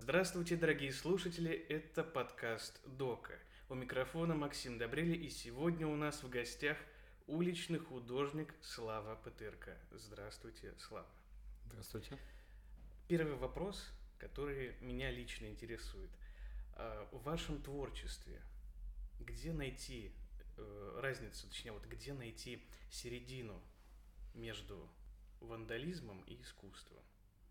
Здравствуйте, дорогие слушатели, это подкаст Дока. У микрофона Максим Добрели, и сегодня у нас в гостях уличный художник Слава Петырка. Здравствуйте, Слава. Здравствуйте. Первый вопрос, который меня лично интересует. В вашем творчестве где найти разницу, точнее, вот где найти середину между вандализмом и искусством?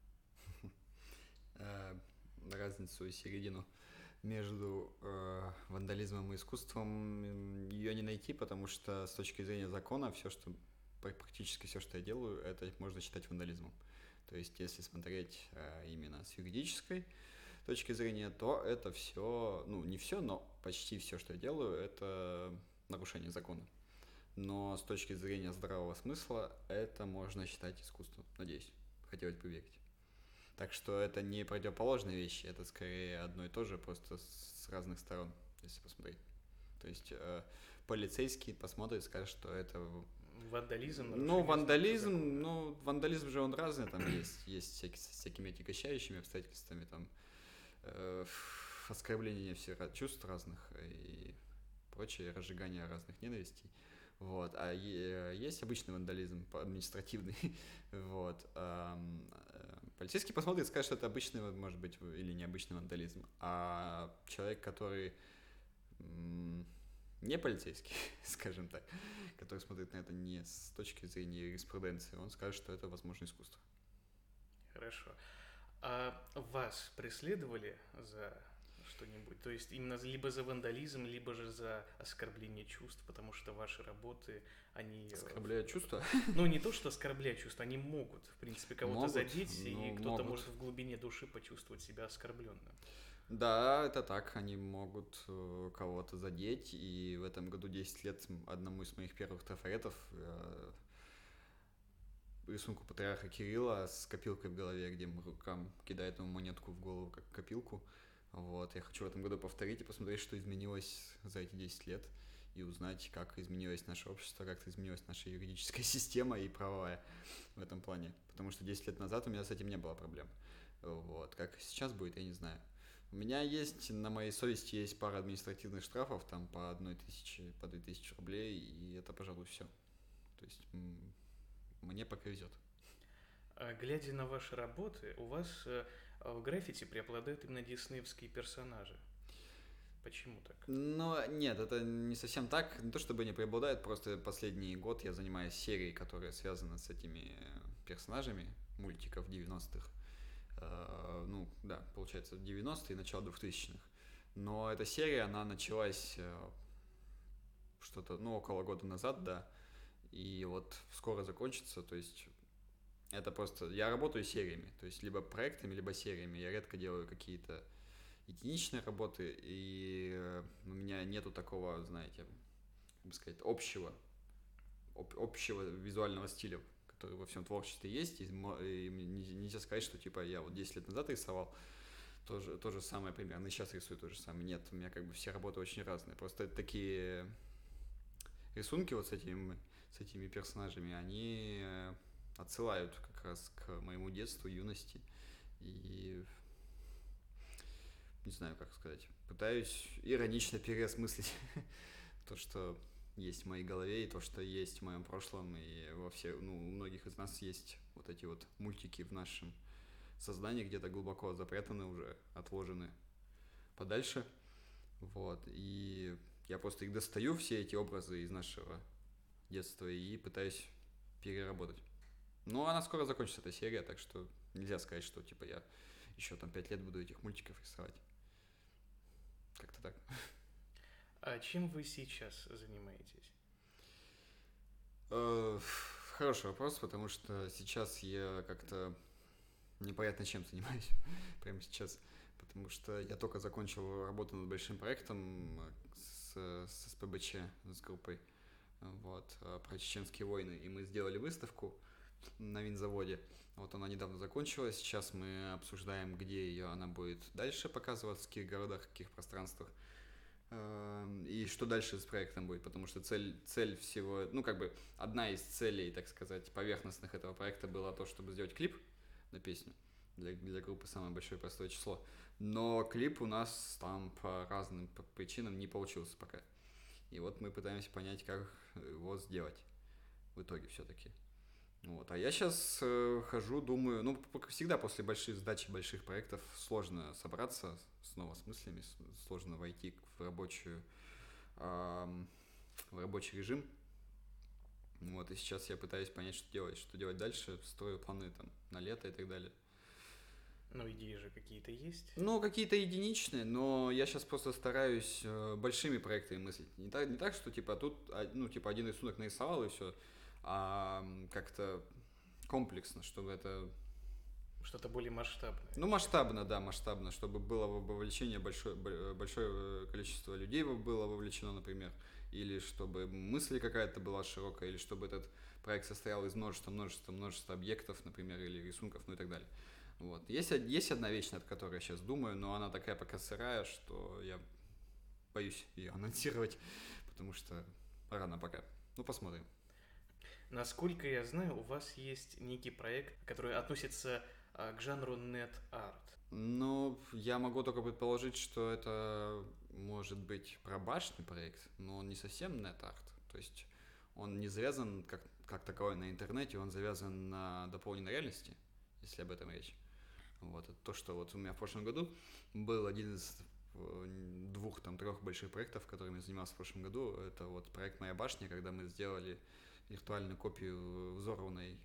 Разницу и середину между вандализмом и искусством ее не найти, потому что с точки зрения закона практически все, что я делаю, это можно считать вандализмом. То есть, если смотреть именно с юридической точки зрения, то это все, ну не все, но почти все, что я делаю, это нарушение закона. Но с точки зрения здравого смысла это можно считать искусством. Надеюсь, хотелось бы верить. Так что это не противоположные вещи, это скорее одно и то же, просто с разных сторон, если посмотреть. То есть полицейский посмотрит, скажет, что это... Вандализм, Ну, нарушение знака закона. вандализм же он разный, там есть всякие, с всякими отягощающими обстоятельствами, там оскорбление всех чувств разных и прочее, разжигание разных ненавистей. Вот. Есть обычный вандализм административный. Вот. Полицейский посмотрит и скажет, что это обычный, может быть, или необычный вандализм. А человек, который не полицейский, скажем так, который смотрит на это не с точки зрения юриспруденции, он скажет, что это, возможно, искусство. Хорошо. А вас преследовали за что-нибудь? То есть именно либо за вандализм, либо же за оскорбление чувств, потому что ваши работы, они... Оскорбляют чувства? Ну, не то, что оскорбляют чувства, они могут, в принципе, кого-то Могут, задеть, и ну, кто-то могут. может в глубине души почувствовать себя оскорбленным. Да, это так, они могут кого-то задеть, и в этом году 10 лет одному из моих первых трафаретов, рисунку патриарха Кирилла с копилкой в голове, где рукам кидает ему монетку в голову, как копилку. Вот, я хочу в этом году повторить и посмотреть, что изменилось за эти 10 лет, и узнать, как изменилось наше общество, как изменилась наша юридическая система и правовая в этом плане. Потому что 10 лет назад у меня с этим не было проблем. Вот, как сейчас будет, я не знаю. У меня есть, на моей совести есть пара административных штрафов, там по 1 000, по 2000 рублей, и это, пожалуй, все. То есть мне пока везет. Глядя на ваши работы, у вас в граффити преобладают именно диснеевские персонажи. Почему так? Но нет, это не совсем так. Не то чтобы не преобладает, просто последний год я занимаюсь серией, которая связана с этими персонажами мультиков 90-х. Ну, да, получается, 90-е и начало 2000-х. Но эта серия, она началась что-то, ну, около года назад, да. И вот скоро закончится, то есть это просто... Я работаю сериями, то есть либо проектами, либо сериями. Я редко делаю какие-то единичные работы, и у меня нету такого, знаете, как бы сказать, общего визуального стиля, который во всем творчестве есть, и нельзя сказать, что типа я вот 10 лет назад рисовал то же самое примерно, и сейчас рисую то же самое. Нет, у меня как бы все работы очень разные. Просто это такие рисунки вот с этими персонажами, они отсылают как раз к моему детству, юности, и не знаю, как сказать, пытаюсь иронично переосмыслить то, что есть в моей голове, и то, что есть в моем прошлом, и у многих из нас есть вот эти вот мультики в нашем сознании, где-то глубоко запрятаны уже, отложены подальше, вот, и я просто их достаю, все эти образы из нашего детства, и пытаюсь переработать. Но она скоро закончится, эта серия, так что нельзя сказать, что типа я еще там 5 лет буду этих мультиков рисовать. Как-то так. А чем вы сейчас занимаетесь? Хороший вопрос, потому что сейчас я как-то непонятно чем занимаюсь прямо сейчас, потому что я только закончил работу над большим проектом с СПБЧ, с группой, вот, про чеченские войны, и мы сделали выставку на винзаводе. Вот она недавно закончилась, сейчас мы обсуждаем, где она будет дальше показываться, в каких городах, в каких пространствах. И что дальше с проектом будет, потому что цель всего, ну как бы одна из целей, так сказать, поверхностных этого проекта была то, чтобы сделать клип на песню. для группы самое большое простое число. Но клип у нас там по разным причинам не получился пока. И вот мы пытаемся понять, как его сделать в итоге все-таки. Вот. А я сейчас хожу, думаю, ну, как всегда, после большой сдачи больших проектов сложно собраться снова с мыслями, сложно войти в рабочий режим. Вот, и сейчас я пытаюсь понять, что делать дальше, строю планы там на лето и так далее. Ну, идеи же какие-то есть. Ну, какие-то единичные, но я сейчас просто стараюсь большими проектами мыслить. Не так, что типа тут, ну, типа один рисунок нарисовал и все, а как-то комплексно, чтобы это... Что-то более масштабное. Ну, масштабно, да, масштабно, чтобы было вовлечение большое количество людей было вовлечено, например, или чтобы мысль какая-то была широкая, или чтобы этот проект состоял из множества объектов, например, или рисунков, ну и так далее. Вот. Есть одна вещь, над которой я сейчас думаю, но она такая пока сырая, что я боюсь ее анонсировать, потому что рано пока. Ну, посмотрим. Насколько я знаю, у вас есть некий проект, который относится к жанру нет-арт. Ну, я могу только предположить, что это может быть пробашный проект, но он не совсем нет-арт. То есть он не завязан как таковой на интернете, он завязан на дополненной реальности, если об этом речь. Вот, это то, что вот у меня в прошлом году был один из трех больших проектов, которыми я занимался в прошлом году. Это вот проект «Моя башня», когда мы сделали виртуальную копию взорванной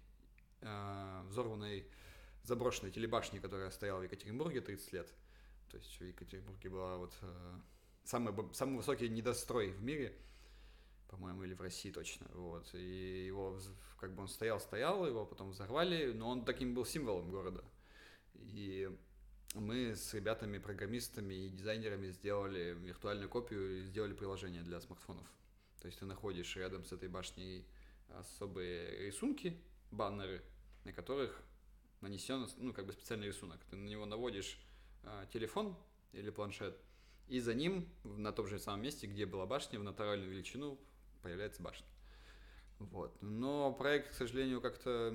заброшенной телебашни, которая стояла в Екатеринбурге 30 лет. То есть в Екатеринбурге была вот самый высокий недострой в мире, по-моему, или в России точно. Вот. И его как бы он стоял, его потом взорвали, но он таким был символом города. И мы с ребятами, программистами и дизайнерами сделали виртуальную копию и сделали приложение для смартфонов. То есть ты находишь рядом с этой башней особые рисунки, баннеры, на которых нанесен, ну, как бы специальный рисунок. Ты на него наводишь телефон или планшет, и за ним, на том же самом месте, где была башня, в натуральную величину появляется башня. Вот. Но проект, к сожалению, как-то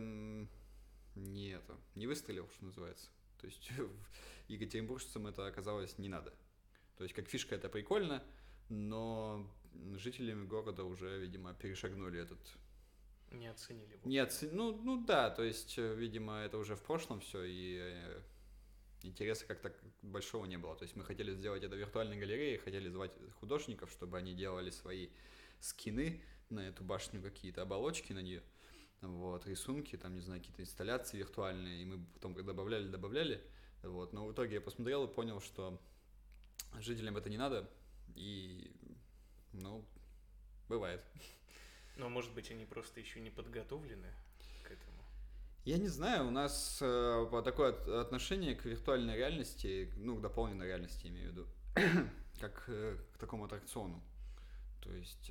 не выстрелил, что называется. То есть екатеринбуржцам это оказалось не надо. То есть как фишка это прикольно, но жителями города уже, видимо, перешагнули этот... Не оценили. Ну да, то есть, видимо, это уже в прошлом все, и интереса как-то большого не было. То есть мы хотели сделать это в виртуальной галерее, хотели звать художников, чтобы они делали свои скины на эту башню, какие-то оболочки на нее, вот, рисунки, там, не знаю, какие-то инсталляции виртуальные, и мы потом добавляли, вот, но в итоге я посмотрел и понял, что жителям это не надо, и, ну, бывает. Но, может быть, они просто еще не подготовлены к этому? Я не знаю, у нас такое отношение к виртуальной реальности, ну, к дополненной реальности, имею в виду, как к такому аттракциону. То есть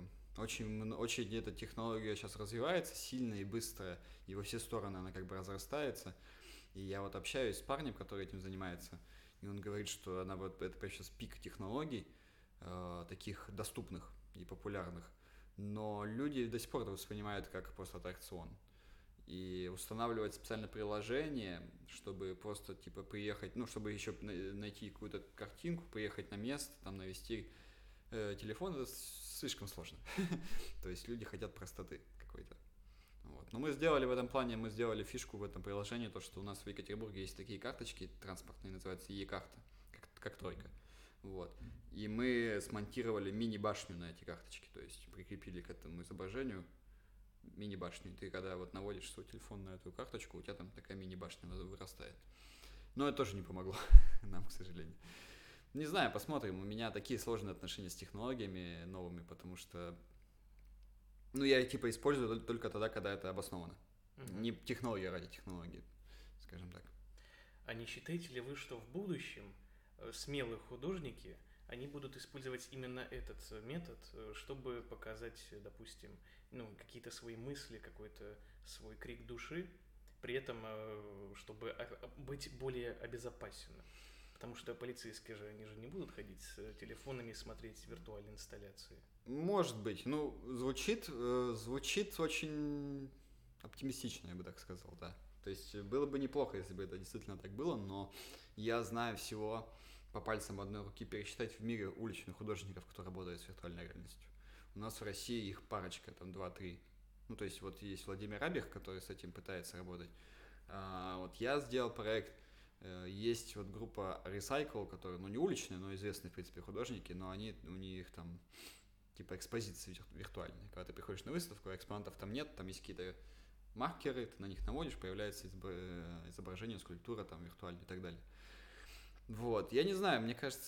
очень эта технология сейчас развивается сильно и быстро, и во все стороны она как бы разрастается. И я вот общаюсь с парнем, который этим занимается, и он говорит, что это сейчас пик технологий, таких доступных и популярных. Но люди до сих пор это воспринимают как просто аттракцион. И устанавливать специальное приложение, чтобы просто типа приехать, ну, чтобы еще найти какую-то картинку, приехать на место, там навести телефон, это слишком сложно. То есть люди хотят простоты какой-то. Вот. Но мы сделали фишку в этом приложении, то, что у нас в Екатеринбурге есть такие карточки транспортные, называются Е-карта, как тройка. Вот. И мы смонтировали мини-башню на эти карточки, то есть прикрепили к этому изображению мини-башню. И ты когда вот наводишь свой телефон на эту карточку, у тебя там такая мини-башня вырастает. Но это тоже не помогло нам, к сожалению. Не знаю, посмотрим. У меня такие сложные отношения с технологиями новыми, потому что ну, я типа использую только тогда, когда это обосновано. Не технология ради технологии, скажем так. А не считаете ли вы, что в будущем смелые художники, они будут использовать именно этот метод, чтобы показать, допустим, ну, какие-то свои мысли, какой-то свой крик души, при этом, чтобы быть более обезопасенным? Потому что полицейские же, они же не будут ходить с телефонами и смотреть виртуальные инсталляции. Может быть. Ну, звучит очень оптимистично, я бы так сказал, да. То То есть было бы неплохо, если бы это действительно так было, но я знаю всего по пальцам одной руки пересчитать в мире уличных художников, кто работает с виртуальной реальностью. У нас в России их парочка, там 2-3. Ну, то есть вот есть Владимир Абих, который с этим пытается работать. Вот я сделал проект. Есть вот группа Recycle, которая, ну, не уличная, но известные, в принципе, художники, но у них там типа экспозиции виртуальные. Когда ты приходишь на выставку, экспонатов там нет, там есть какие-то маркеры, ты на них наводишь, появляется изображение, скульптура там виртуальная и так далее. Вот, я не знаю,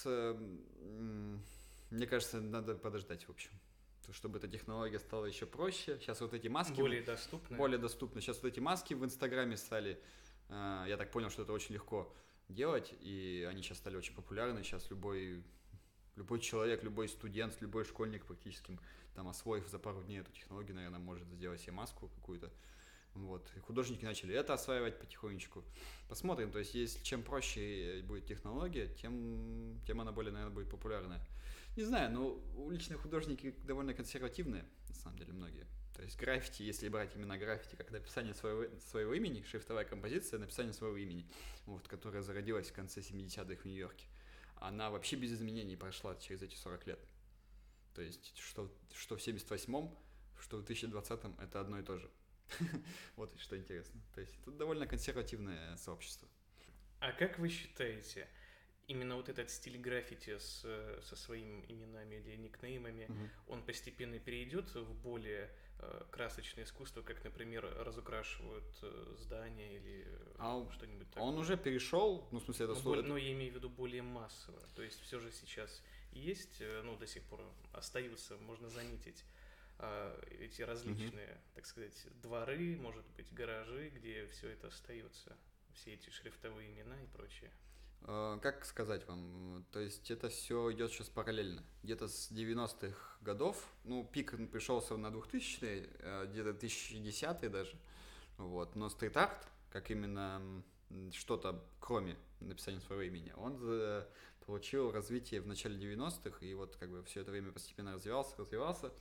мне кажется, надо подождать, в общем, чтобы эта технология стала еще проще. Сейчас вот эти маски... Более доступны. Более доступны. Сейчас вот эти маски в Инстаграме стали... Я так понял, что это очень легко делать, и они сейчас стали очень популярны. Сейчас любой человек, любой студент, любой школьник практически, там, освоив за пару дней эту технологию, наверное, может сделать себе маску какую-то. Вот. И художники начали это осваивать потихонечку. Посмотрим, то есть чем проще будет технология, тем она более, наверное, будет популярная. Не знаю, но уличные художники довольно консервативные, на самом деле, многие. То есть граффити, если брать именно граффити, как написание своего имени, шрифтовая композиция, написание своего имени, вот, которая зародилась в конце 70-х в Нью-Йорке, она вообще без изменений прошла через эти 40 лет. То есть что в 78-м, что в 2020-м это одно и то же. Вот что интересно. То есть это довольно консервативное сообщество. А как вы считаете, именно вот этот стиль граффити со своими именами или никнеймами, он постепенно перейдет в более красочное искусство, как, например, разукрашивают здания или что-нибудь такое? Он уже перешел, ну, в смысле, это слово... Но я имею в виду более массово. То есть все же сейчас есть, ну, до сих пор остаются, можно заметить, эти различные, так сказать, дворы, может быть, гаражи, где все это остается, все эти шрифтовые имена и прочее. Как сказать вам, то есть это все идет сейчас параллельно. Где-то с 90-х годов, ну, пик пришелся на 2000-е, где-то 2010-е даже, вот, но стрит-арт, как именно что-то, кроме написания своего имени, он получил развитие в начале 90-х, и вот как бы все это время постепенно развивался.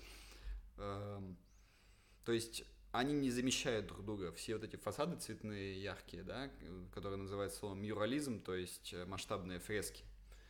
То есть они не замещают друг друга. Все вот эти фасады цветные, яркие, да, которые называются словом мюрализм, то есть масштабные фрески.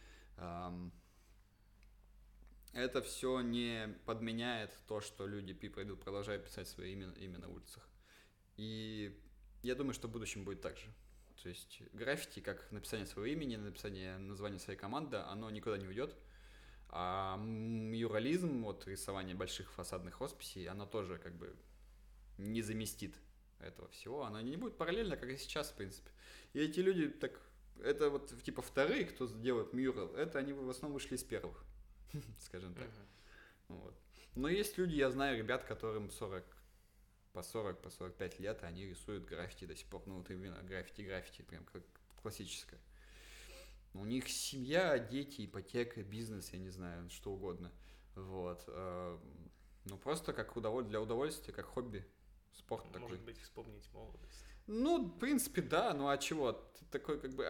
Это все не подменяет то, что люди продолжают писать свое имя на улицах. И я думаю, что в будущем будет так же. То есть граффити, как написание своего имени, написание названия своей команды, оно никуда не уйдет. А мюрализм, вот рисование больших фасадных росписей, оно тоже как бы не заместит этого всего. Оно не будет параллельно, как и сейчас, в принципе. И эти люди, так, это вот типа вторые, кто делает мюрал, это они в основном вышли из первых, скажем так. Вот. Но есть люди, я знаю ребят, которым по 45 лет, они рисуют граффити до сих пор, ну вот именно граффити, прям как классическое. У них семья, дети, ипотека, бизнес, я не знаю, что угодно. Вот. Ну, просто как для удовольствия, как хобби. Спорт такой. Может быть, вспомнить молодость. Ну, в принципе, да. Ну, а чего? Ты такой, как бы...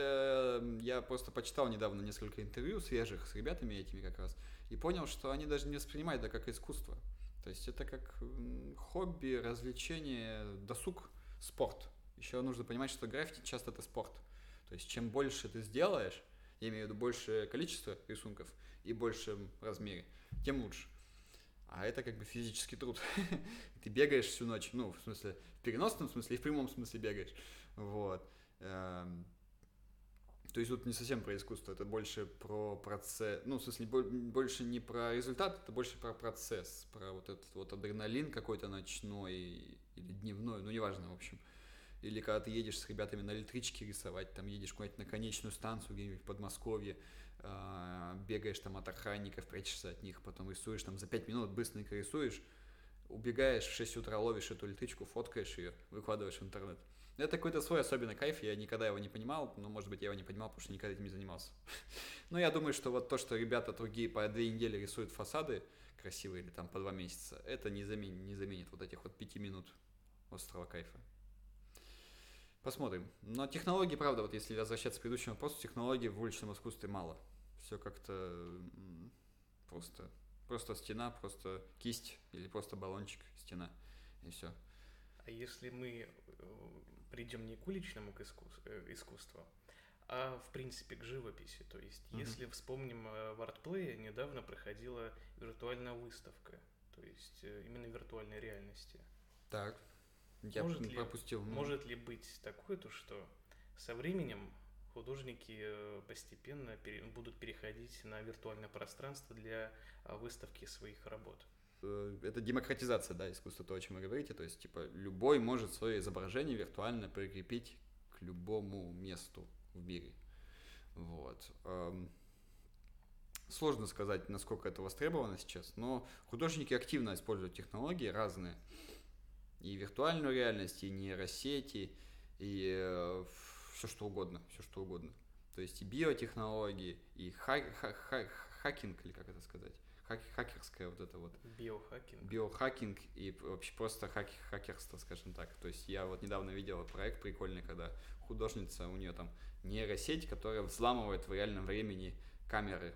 я просто почитал недавно несколько интервью свежих с ребятами этими как раз. И понял, что они даже не воспринимают это как искусство. То есть это как хобби, развлечение, досуг, спорт. Еще нужно понимать, что граффити часто это спорт. То есть чем больше ты сделаешь, я имею в виду большее количество рисунков и большем размере, тем лучше. А это как бы физический труд. Ты бегаешь всю ночь, ну, в смысле, в переносном смысле и в прямом смысле бегаешь. Вот. То есть тут не совсем про искусство, это больше про процесс, ну, в смысле, больше не про результат, это больше про процесс, про вот этот вот адреналин какой-то ночной или дневной, ну, неважно, в общем. Или когда ты едешь с ребятами на электричке рисовать, там едешь куда-нибудь на конечную станцию где-нибудь в Подмосковье, бегаешь там от охранников, прячешься от них, потом рисуешь там за 5 минут, быстренько рисуешь, убегаешь, в 6 утра ловишь эту электричку, фоткаешь ее, выкладываешь в интернет. Это какой-то свой особенный кайф, я никогда его не понимал, но, может быть, я его не понимал, потому что никогда этим не занимался. Но я думаю, что вот то, что ребята другие по 2 недели рисуют фасады красивые или там по 2 месяца, это не заменит вот этих вот 5 минут острого кайфа. Посмотрим. Но технологий, правда, вот если возвращаться к предыдущему вопросу, технологий в уличном искусстве мало. Все как-то просто стена, просто кисть или просто баллончик, стена, и все. А если мы придем не к уличному искусству, а в принципе к живописи, то есть Мгм. если вспомним в Артплее недавно проходила виртуальная выставка, то есть именно виртуальной реальности. Так, я Может ли, пропустил. может ли быть такое, то, что со временем художники постепенно будут переходить на виртуальное пространство для выставки своих работ? Это демократизация, да, искусства, то, о чем вы говорите. То есть, типа, любой может свое изображение виртуально прикрепить к любому месту в мире. Вот. Сложно сказать, насколько это востребовано сейчас, но художники активно используют технологии разные. И виртуальную реальность, и нейросети, и все что угодно, все что угодно. То есть и биотехнологии, и хакинг, или как это сказать, хакерская вот это вот. Биохакинг. Биохакинг и вообще просто хакерство, скажем так. То есть я вот недавно видел проект прикольный, когда художница, у нее там нейросеть, которая взламывает в реальном времени камеры,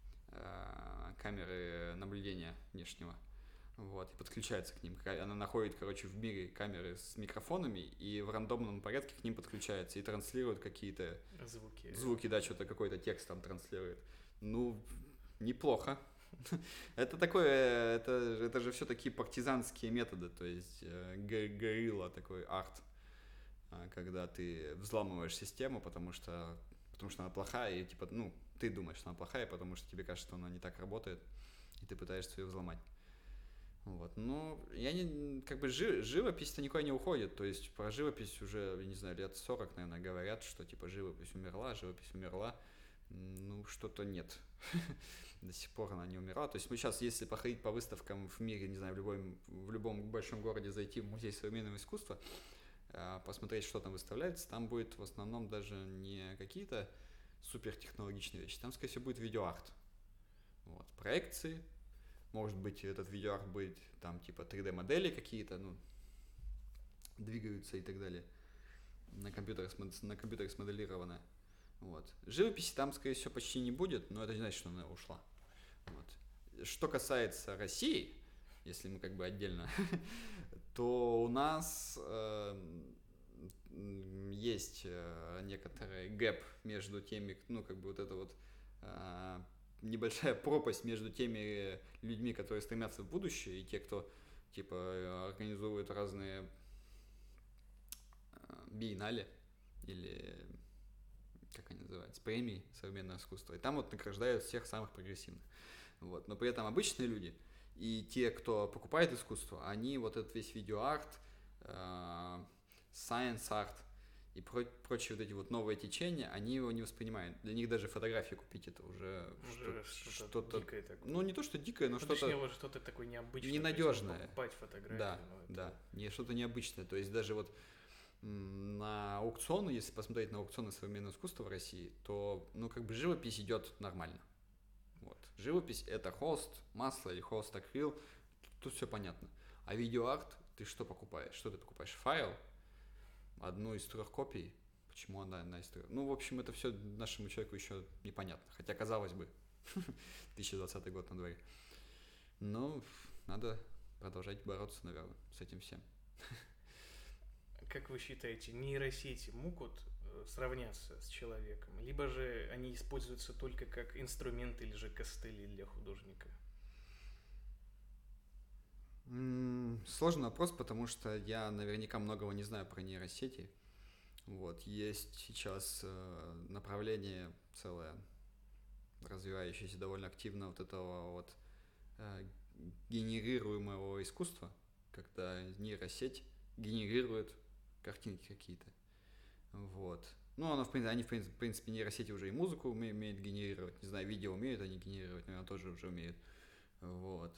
камеры наблюдения внешнего. Вот, и подключается к ним. Она находит, короче, в мире камеры с микрофонами и в рандомном порядке к ним подключается и транслирует какие-то звуки, да, что-то какой-то текст там транслирует. Ну, неплохо. Это такое, это же все такие партизанские методы, то есть горилла такой арт, когда ты взламываешь систему, потому что она плохая, и типа, ну, ты думаешь, что она плохая, потому что тебе кажется, что она не так работает, и ты пытаешься ее взломать. Вот. Ну, я не, как бы живопись-то никуда не уходит, то есть про живопись уже, я не знаю, лет 40, наверное, говорят, что типа живопись умерла, ну, что-то нет. До сих пор она не умерла. То есть мы сейчас, если походить по выставкам в мире, не знаю, в любом большом городе зайти в музей современного искусства, посмотреть, что там выставляется, там будет в основном даже не какие-то супертехнологичные вещи, там, скорее всего, будет видеоарт. Вот. Проекции, может быть, этот видеоарт будет там типа 3D-модели какие-то, ну, двигаются и так далее. На компьютерах смоделированная. Вот. Живописи там, скорее всего, почти не будет, но это не значит, что она ушла. Вот. Что касается России, если мы как бы отдельно, то у нас есть некоторый гэп между теми, ну, как бы вот это вот небольшая пропасть между теми людьми, которые стремятся в будущее, и те, кто типа организует разные биеннале или как они называются, премии современного искусства. И там вот награждают всех самых прогрессивных. Вот. Но при этом обычные люди и те, кто покупает искусство, они вот этот весь видеоарт, science art и прочие вот эти вот новые течения, они его не воспринимают. Для них даже фотографии купить это уже что-то дикое такое. Ну, не то, что дикое, но что-то... Точнее, что-то такое необычное. Ненадежное. Покупать фотографии. Да, да, не что-то необычное. То есть даже вот на аукционы, если посмотреть на аукционы современного искусства в России, то, ну, как бы живопись идет нормально. Вот. Живопись — это холст, масло или холст акрил, тут все понятно. А видеоарт, ты что покупаешь? Что ты покупаешь? Файл? Одну из 3 копий? Почему одна из 3? Ну, в общем, это все нашему человеку еще непонятно. Хотя, казалось бы, 2020 год на дворе. Но надо продолжать бороться, наверное, с этим всем. Как вы считаете, нейросети могут сравняться с человеком? Либо же они используются только как инструменты или же костыли для художника? Сложный вопрос, потому что я наверняка многого не знаю про нейросети. Вот, есть сейчас направление целое, развивающееся довольно активно вот этого вот генерируемого искусства, когда нейросеть генерирует картинки какие-то. Вот. Ну, они, в принципе, нейросети уже и музыку умеют генерировать. Не знаю, видео умеют они генерировать, наверное, тоже уже умеют. Вот.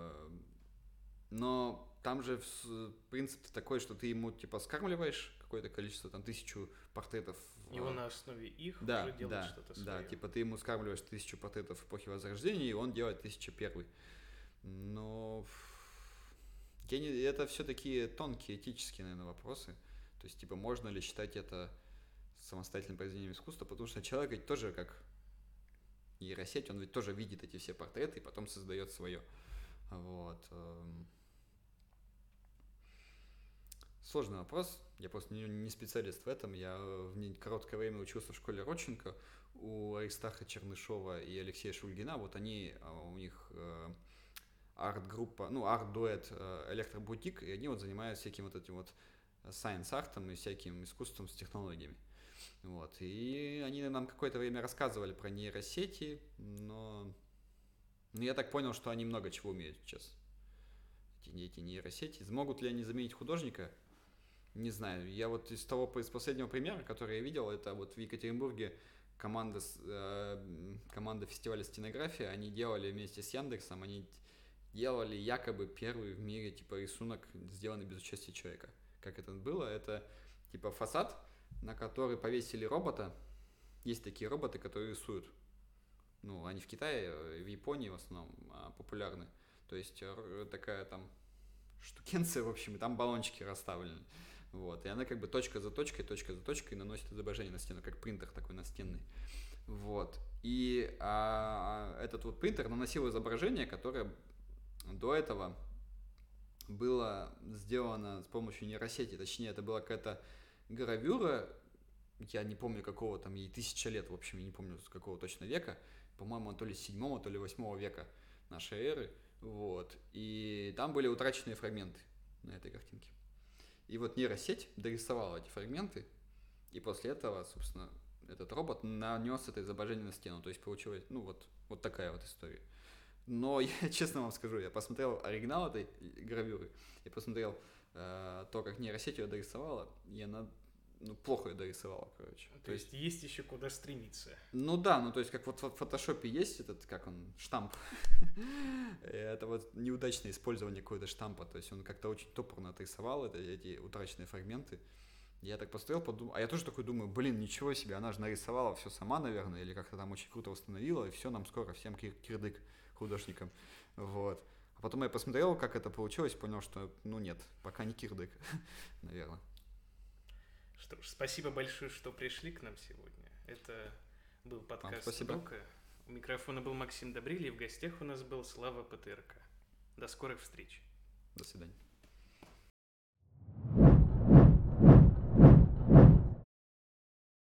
Но там же принцип такой, что ты ему типа скармливаешь какое-то количество, там 1000 портретов. И он на основе их да, уже делает что-то свое. Да, типа ты ему скармливаешь 1000 портретов эпохи Возрождения, и он делает 1001. Но это все такие тонкие этические, наверное, вопросы. То есть, типа, можно ли считать это самостоятельным произведением искусства, потому что человек ведь тоже как нейросеть, он ведь тоже видит эти все портреты и потом создает свое. Вот. Сложный вопрос. Я просто не специалист в этом. Я короткое время учился в школе Родченко у Аристарха Чернышова и Алексея Шульгина. Вот они, у них арт-группа, ну, арт-дуэт Электробутик, и они вот занимаются всяким вот этим вот сайенс-артом и всяким искусством с технологиями. Вот. И они нам какое-то время рассказывали про нейросети, но я так понял, что они много чего умеют сейчас. Эти нейросети. Смогут ли они заменить художника? Не знаю. Я вот из последнего примера, который я видел, это вот в Екатеринбурге команда фестиваля стенографии, они делали вместе с Яндексом, они делали якобы первый в мире типа рисунок, сделанный без участия человека. Как это было? Это типа фасад, на который повесили робота. Есть такие роботы, которые рисуют. Ну, они в Китае, в Японии в основном популярны. То есть такая там штукенция, в общем, и там баллончики расставлены. Вот. И она как бы точка за точкой наносит изображение на стену, как принтер такой настенный. Вот. И этот вот принтер наносил изображение, которое до этого было сделано с помощью нейросети. Точнее, это была какая-то гравюра, я не помню какого там, ей 1000 лет, в общем, я не помню с какого точно века, по-моему, то ли 7, то ли 8 века нашей эры, вот, и там были утраченные фрагменты на этой картинке. И вот нейросеть дорисовала эти фрагменты, и после этого, собственно, этот робот нанес это изображение на стену, то есть получилась, ну, вот такая вот история. Но я честно вам скажу, я посмотрел оригинал этой гравюры, я посмотрел то, как нейросеть ее дорисовала, и она плохо ее дорисовала, короче. То есть еще куда стремиться. Ну да, ну то есть как вот в фотошопе есть этот, как он, штамп. Это вот неудачное использование какого-то штампа, то есть он как-то очень топорно отрисовал эти утраченные фрагменты. Я так посмотрел, подумал, а я тоже такой думаю, блин, ничего себе, она же нарисовала все сама, наверное, или как-то там очень круто восстановила, и все, нам скоро всем кирдык художникам, вот. А потом я посмотрел, как это получилось, понял, что, ну нет, пока не кирдык, наверное. Что ж, спасибо большое, что пришли к нам сегодня. Это был подкаст Дока. У микрофона был Максим Добрилий, в гостях у нас был Слава ПТРК. До скорых встреч. До свидания.